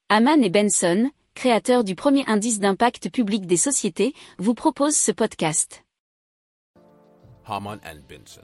Hamann et Benson, créateurs du premier indice d'impact public des sociétés, vous proposent ce podcast. Hamann and Benson.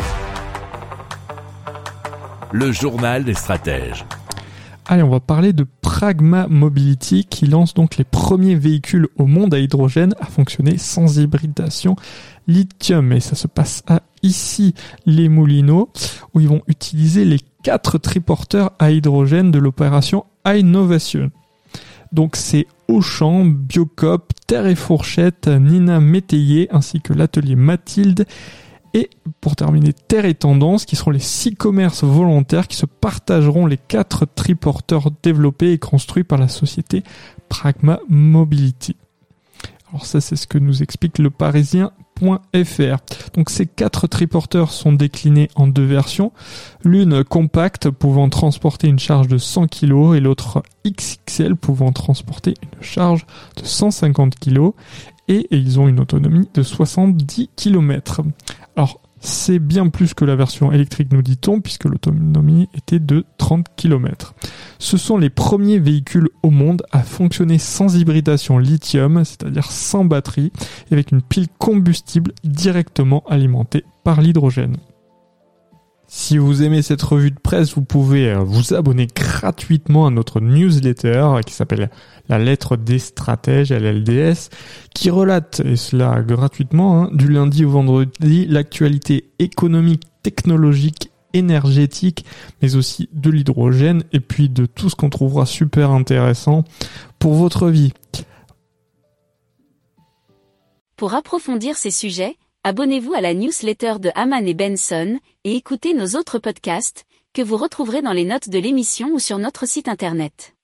Le journal des stratèges. Allez, on va parler de Pragma Mobility qui lance donc les premiers véhicules au monde à hydrogène à fonctionner sans hybridation lithium. Et ça se passe à Issy-les-Moulineaux où ils vont utiliser les 4 triporteurs à hydrogène de l'opération iNovation. Donc c'est Auchan, Biocop, Terre et Fourchette, Nina Métayer ainsi que l'atelier Mathilde. Et pour terminer, Terre et Tendance, qui seront les 6 commerces volontaires qui se partageront les 4 triporteurs développés et construits par la société Pragma Mobility. Alors ça, c'est ce que nous explique le Parisien.fr. Donc ces 4 triporteurs sont déclinés en 2 versions. L'une compacte pouvant transporter une charge de 100 kg et l'autre XXL pouvant transporter une charge de 150 kg. Et ils ont une autonomie de 70 km. Alors, c'est bien plus que la version électrique, nous dit-on, puisque l'autonomie était de 30 km. Ce sont les premiers véhicules au monde à fonctionner sans hybridation lithium, c'est-à-dire sans batterie, et avec une pile combustible directement alimentée par l'hydrogène. Si vous aimez cette revue de presse, vous pouvez vous abonner gratuitement à notre newsletter qui s'appelle La Lettre des Stratèges, LLDS, qui relate, et cela gratuitement, du lundi au vendredi, l'actualité économique, technologique, énergétique, mais aussi de l'hydrogène, et puis de tout ce qu'on trouvera super intéressant pour votre vie. Pour approfondir ces sujets, abonnez-vous à la newsletter de Hamann et Benson et écoutez nos autres podcasts que vous retrouverez dans les notes de l'émission ou sur notre site internet.